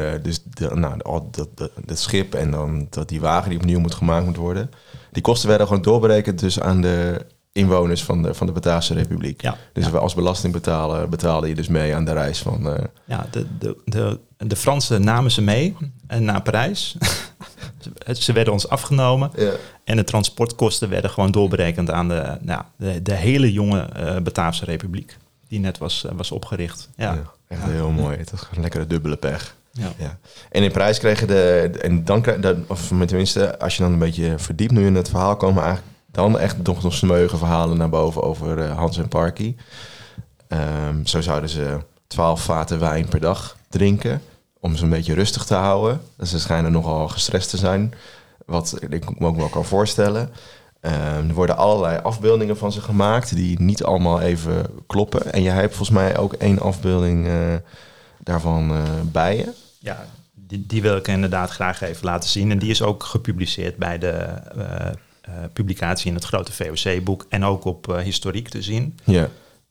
dat schip en dan die wagen die opnieuw gemaakt moet worden. Die kosten werden gewoon doorberekend dus aan de inwoners van de Bataafse Republiek. Ja, dus als belastingbetaler betaalde je dus mee aan de reis van... De Fransen namen ze mee naar Parijs. Ze werden ons afgenomen. Ja. En de transportkosten werden gewoon doorberekend aan de hele jonge Bataafse Republiek. Die net was opgericht. Ja. Echt heel mooi. Het was gewoon een lekkere dubbele pech. Ja. Ja. En in Parijs kregen tenminste, als je dan een beetje verdiept nu in het verhaal, komen eigenlijk dan echt nog smeuïge verhalen naar boven over Hans en Parky. Zo zouden ze 12 vaten wijn per dag drinken om ze een beetje rustig te houden. Dus ze schijnen nogal gestrest te zijn, wat ik me ook wel kan voorstellen. Er worden allerlei afbeeldingen van ze gemaakt die niet allemaal even kloppen. En jij hebt volgens mij ook 1 afbeelding daarvan bij je. Ja, die wil ik inderdaad graag even laten zien. En die is ook gepubliceerd bij de publicatie in het grote VOC-boek en ook op Historiek te zien. Ja.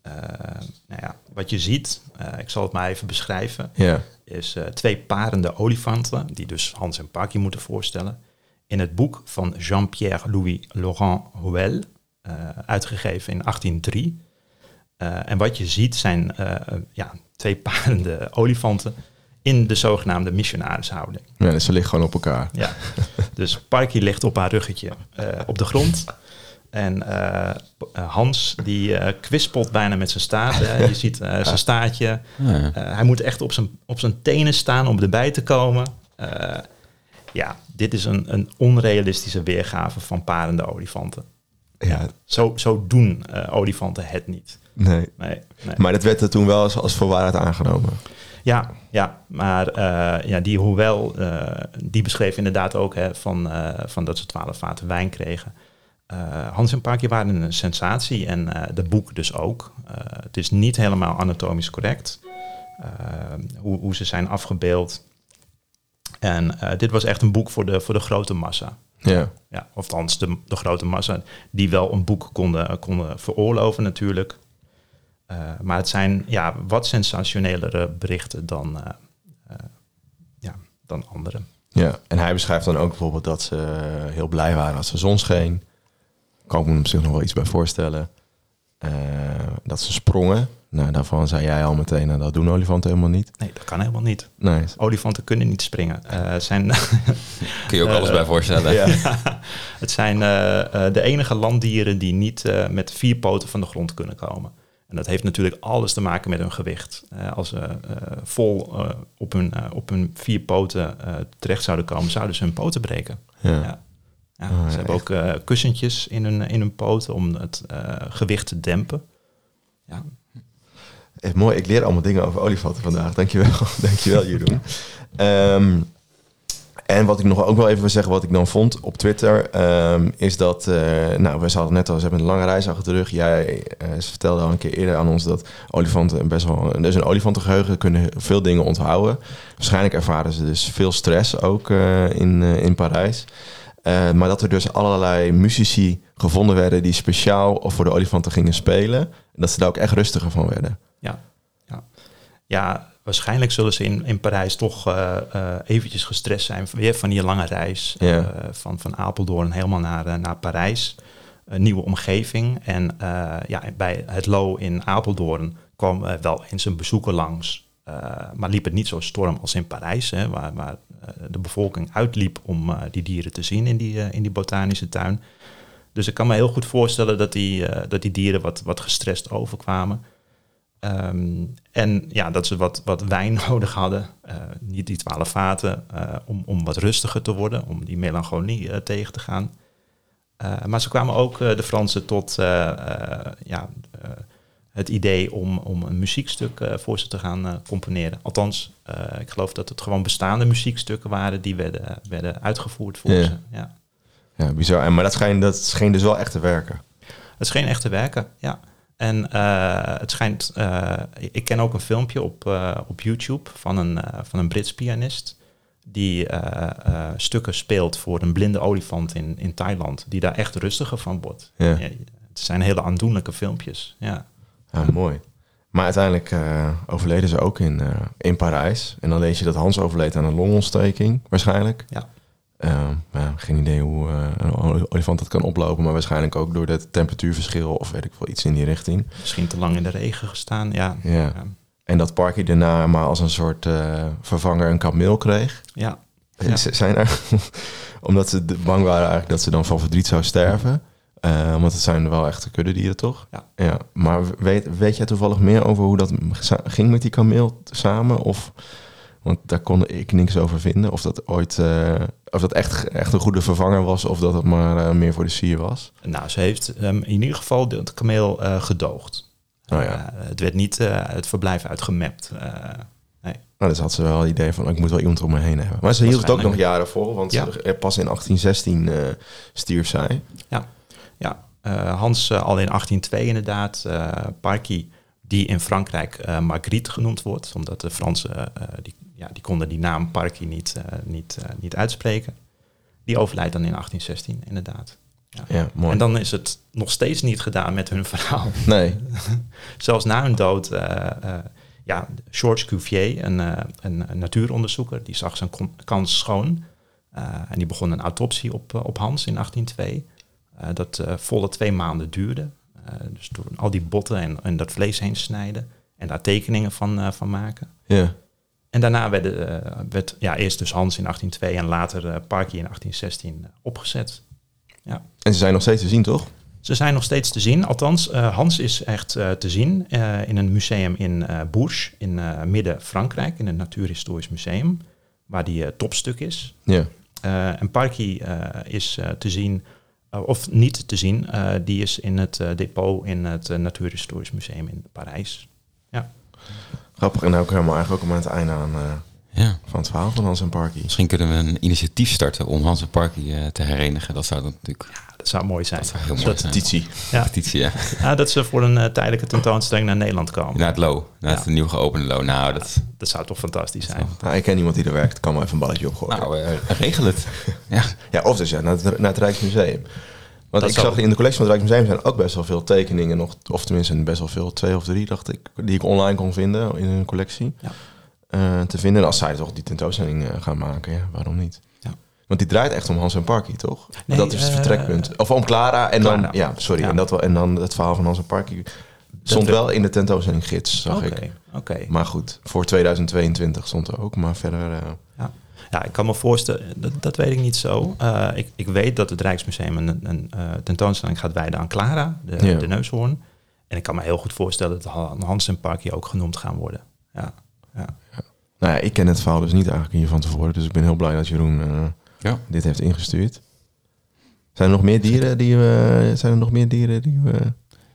Wat je ziet, ik zal het maar even beschrijven, is 2 parende olifanten, die dus Hans en Parky moeten voorstellen, in het boek van Jean-Pierre Louis Laurent Houel, uitgegeven in 1803. En wat je ziet zijn 2 parende olifanten in de zogenaamde missionarishouding. Ja, dus ze liggen gewoon op elkaar. Ja, dus Parky ligt op haar ruggetje op de grond. En Hans, die kwispelt bijna met zijn staart. Je ziet zijn staartje. Hij moet echt op zijn tenen staan om erbij te komen. Dit is een onrealistische weergave van parende olifanten. Ja. Zo doen olifanten het niet. Nee. Maar dat werd er toen wel als voor waarheid aangenomen. Ja, maar die Houel, die beschreef inderdaad ook van dat ze 12 vaten wijn kregen. Hans en Parky waren een sensatie en de boek dus ook. Het is niet helemaal anatomisch correct hoe ze zijn afgebeeld. En dit was echt een boek voor de grote massa. Ja. Ja, of althans de grote massa die wel een boek konden veroorloven natuurlijk. Maar het zijn wat sensationelere berichten dan andere. Ja, en hij beschrijft dan ook bijvoorbeeld dat ze heel blij waren als de zon scheen. Kan ik me op zich nog wel iets bij voorstellen. Dat ze sprongen. Nou, daarvan zei jij al meteen, dat doen olifanten helemaal niet. Nee, dat kan helemaal niet. Nee. Olifanten kunnen niet springen. Kun je ook alles bij voorstellen. Ja. Het zijn de enige landdieren die niet met 4 poten van de grond kunnen komen. En dat heeft natuurlijk alles te maken met hun gewicht. Als ze vol op hun 4 poten terecht zouden komen, zouden ze hun poten breken. Ja. Ze hebben ook kussentjes in hun poten om het gewicht te dempen. Ja. Echt mooi, ik leer allemaal dingen over olifanten vandaag. Dankjewel Jeroen. En wat ik nog ook wel even wil zeggen, wat ik dan vond op Twitter, is dat, we hadden net al, ze hebben een lange reis achter de rug. Jij vertelde al een keer eerder aan ons dat olifanten best wel, dus een olifantengeheugen kunnen veel dingen onthouden. Waarschijnlijk ervaren ze dus veel stress ook in Parijs. Maar dat er dus allerlei muzici gevonden werden die speciaal voor de olifanten gingen spelen. En dat ze daar ook echt rustiger van werden. Ja, waarschijnlijk zullen ze in Parijs toch eventjes gestrest zijn. Weer van die lange reis van Apeldoorn helemaal naar Parijs. Een nieuwe omgeving. En bij het Loo in Apeldoorn kwam wel eens een bezoeker langs. Maar liep het niet zo storm als in Parijs, hè, waar de bevolking uitliep om die dieren te zien in die botanische tuin. Dus ik kan me heel goed voorstellen dat die dieren wat gestrest overkwamen. En dat ze wat wijn nodig hadden. Niet die 12 vaten, om wat rustiger te worden, om die melancholie tegen te gaan. Maar ze kwamen ook, de Fransen, tot het idee om een muziekstuk voor ze te gaan componeren. Althans, ik geloof dat het gewoon bestaande muziekstukken waren die werden uitgevoerd voor ze. Ja, bizar. Maar dat scheen dus wel echt te werken. Het scheen echt te werken, ja. En het schijnt, ik ken ook een filmpje op YouTube van een Brits pianist die stukken speelt voor een blinde olifant in Thailand, die daar echt rustiger van wordt. Ja. Ja, het zijn hele aandoenlijke filmpjes, ja. Ja, mooi. Maar uiteindelijk overleden ze ook in Parijs. En dan lees je dat Hans overleed aan een longontsteking, waarschijnlijk. Ja. Geen idee hoe een olifant dat kan oplopen, maar waarschijnlijk ook door het temperatuurverschil of weet ik wel, iets in die richting. Misschien te lang in de regen gestaan, ja. En dat Parky daarna maar als een soort vervanger een kameel kreeg. Ja. Zijn er, omdat ze bang waren eigenlijk dat ze dan van verdriet zou sterven. Want het zijn wel echte kuddedieren, toch? Ja. Maar weet jij toevallig meer over hoe dat ging met die kameel samen? Want daar kon ik niks over vinden. Of dat ooit, of dat echt een goede vervanger was, of dat het maar meer voor de sier was. Nou, ze heeft in ieder geval het kameel gedoogd. Het werd niet het verblijf uitgemapt. Nee. Nou, dus had ze wel het idee van, ik moet wel iemand om me heen hebben. Maar ze hield het ook nog jaren vol, want pas in 1816 stierf zij. Ja. Hans al in 1802 inderdaad. Parky, die in Frankrijk Marguerite genoemd wordt, omdat de Fransen die konden die naam Parky niet uitspreken. Die overlijdt dan in 1816 inderdaad. Ja, mooi. En dan is het nog steeds niet gedaan met hun verhaal. Nee. Zelfs na hun dood, Georges Cuvier, een natuuronderzoeker, die zag zijn kans schoon. En die begon een autopsie op Hans in 1802. Dat volle 2 maanden duurde. Dus door al die botten en dat vlees heen snijden en daar tekeningen van maken. Ja. En daarna werd eerst dus Hans in 1802 en later Parky in 1816 opgezet. Ja. En ze zijn nog steeds te zien, toch? Ze zijn nog steeds te zien. Althans, Hans is echt te zien in een museum in Bourges in midden-Frankrijk, in het Natuurhistorisch Museum, waar die topstuk is. Ja. En Parky is te zien, of niet te zien, die is in het depot in het Natuurhistorisch Museum in Parijs. Ja. Grappig, en nou komen we eigenlijk ook aan het einde van het verhaal van Hans en Parky. Misschien kunnen we een initiatief starten om Hans en Parky te herenigen. Dat zou dan natuurlijk... Ja, dat zou mooi zijn. Dat zou heel mooi zijn. Petitie. Ja. Petitie, ja. Ja, dat ze voor een tijdelijke tentoonstelling naar Nederland komen. Naar het LO. Naar het nieuw geopende LO. Nou, dat zou toch fantastisch zijn. Nou, ik ken iemand die er werkt. Kan maar even een balletje opgooien. Nou, regel het. Ja. Of dus naar het Rijksmuseum. Want ik zag in de collectie van het Rijksmuseum zijn ook best wel veel tekeningen nog. Of tenminste best wel veel, 2 of 3 dacht ik. Die ik online kon vinden in hun collectie. Ja. Te vinden. En als zij toch die tentoonstelling gaan maken, waarom niet? Ja. Want die draait echt om Hans en Parky, toch? Nee, dat is het vertrekpunt. Of om Clara en Clara. dan... Ja, sorry. Ja. En dan het verhaal van Hans en Parky stond wel in de tentoonstelling gids, zag ik. Oké. Maar goed, voor 2022 stond er ook. Maar verder... Ja, ik kan me voorstellen, dat weet ik niet zo. Ik weet dat het Rijksmuseum een tentoonstelling gaat wijden aan Clara, de neushoorn. En ik kan me heel goed voorstellen dat Hans en Parky ook genoemd gaan worden. Ja. Nou ja, ik ken het verhaal dus niet eigenlijk hier van tevoren. Dus ik ben heel blij dat Jeroen dit heeft ingestuurd. Zijn er nog meer dieren die we...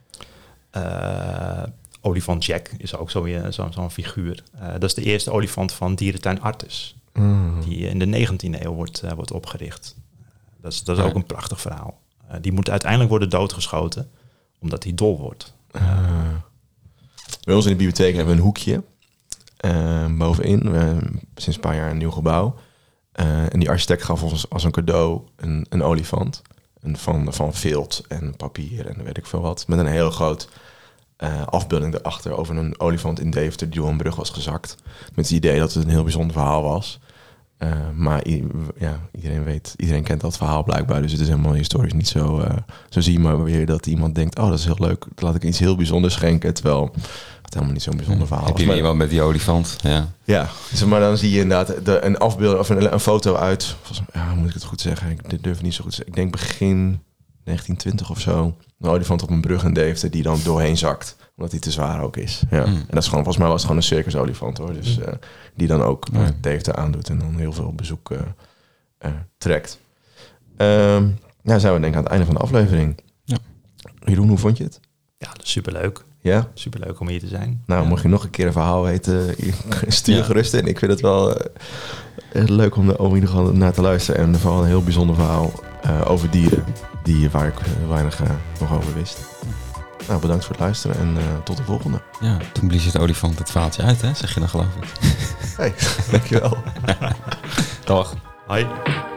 Olifant Jack is ook zo'n figuur. Dat is de eerste olifant van dierentuin Artis. Die in de 19e eeuw wordt opgericht. Dat is ook een prachtig verhaal. Die moet uiteindelijk worden doodgeschoten, omdat hij dol wordt. Bij ons in de bibliotheek hebben we een hoekje. Bovenin. We hebben sinds een paar jaar een nieuw gebouw. En die architect gaf ons als een cadeau een olifant. Van vilt en papier en weet ik veel wat. Met een heel groot afbeelding erachter over een olifant in Deventer die door een brug was gezakt. Met het idee dat het een heel bijzonder verhaal was. Maar iedereen kent dat verhaal blijkbaar. Dus het is helemaal historisch niet zo zie je maar weer dat iemand denkt, oh, dat is heel leuk. Laat ik iets heel bijzonders schenken. Terwijl het helemaal niet zo'n bijzonder verhaal was. Heb je iemand met die olifant? Ja, maar dan zie je inderdaad een afbeelding of een foto uit. Hoe moet ik het goed zeggen? Ik durf het niet zo goed te zeggen. Ik denk begin 1920 of zo. Een olifant op een brug in Deventer die dan doorheen zakt. Omdat hij te zwaar ook is. Ja. En dat is gewoon, volgens mij was het gewoon een circusolifant hoor. Dus die dan ook Deventer aandoet en dan heel veel bezoek trekt. Zijn we denk ik aan het einde van de aflevering. Ja. Jeroen, hoe vond je het? Ja, superleuk. Ja? Superleuk om hier te zijn. Nou, mocht je nog een keer een verhaal weten, stuur gerust in. Ik vind het wel leuk om in ieder geval naar te luisteren. En vooral een heel bijzonder verhaal over dieren. Waar ik weinig nog over wist. Nou, bedankt voor het luisteren en tot de volgende. Ja, toen blies het olifant het vaaltje uit, hè? Zeg je dan, geloof ik. Hey, dankjewel. Dag. Hoi.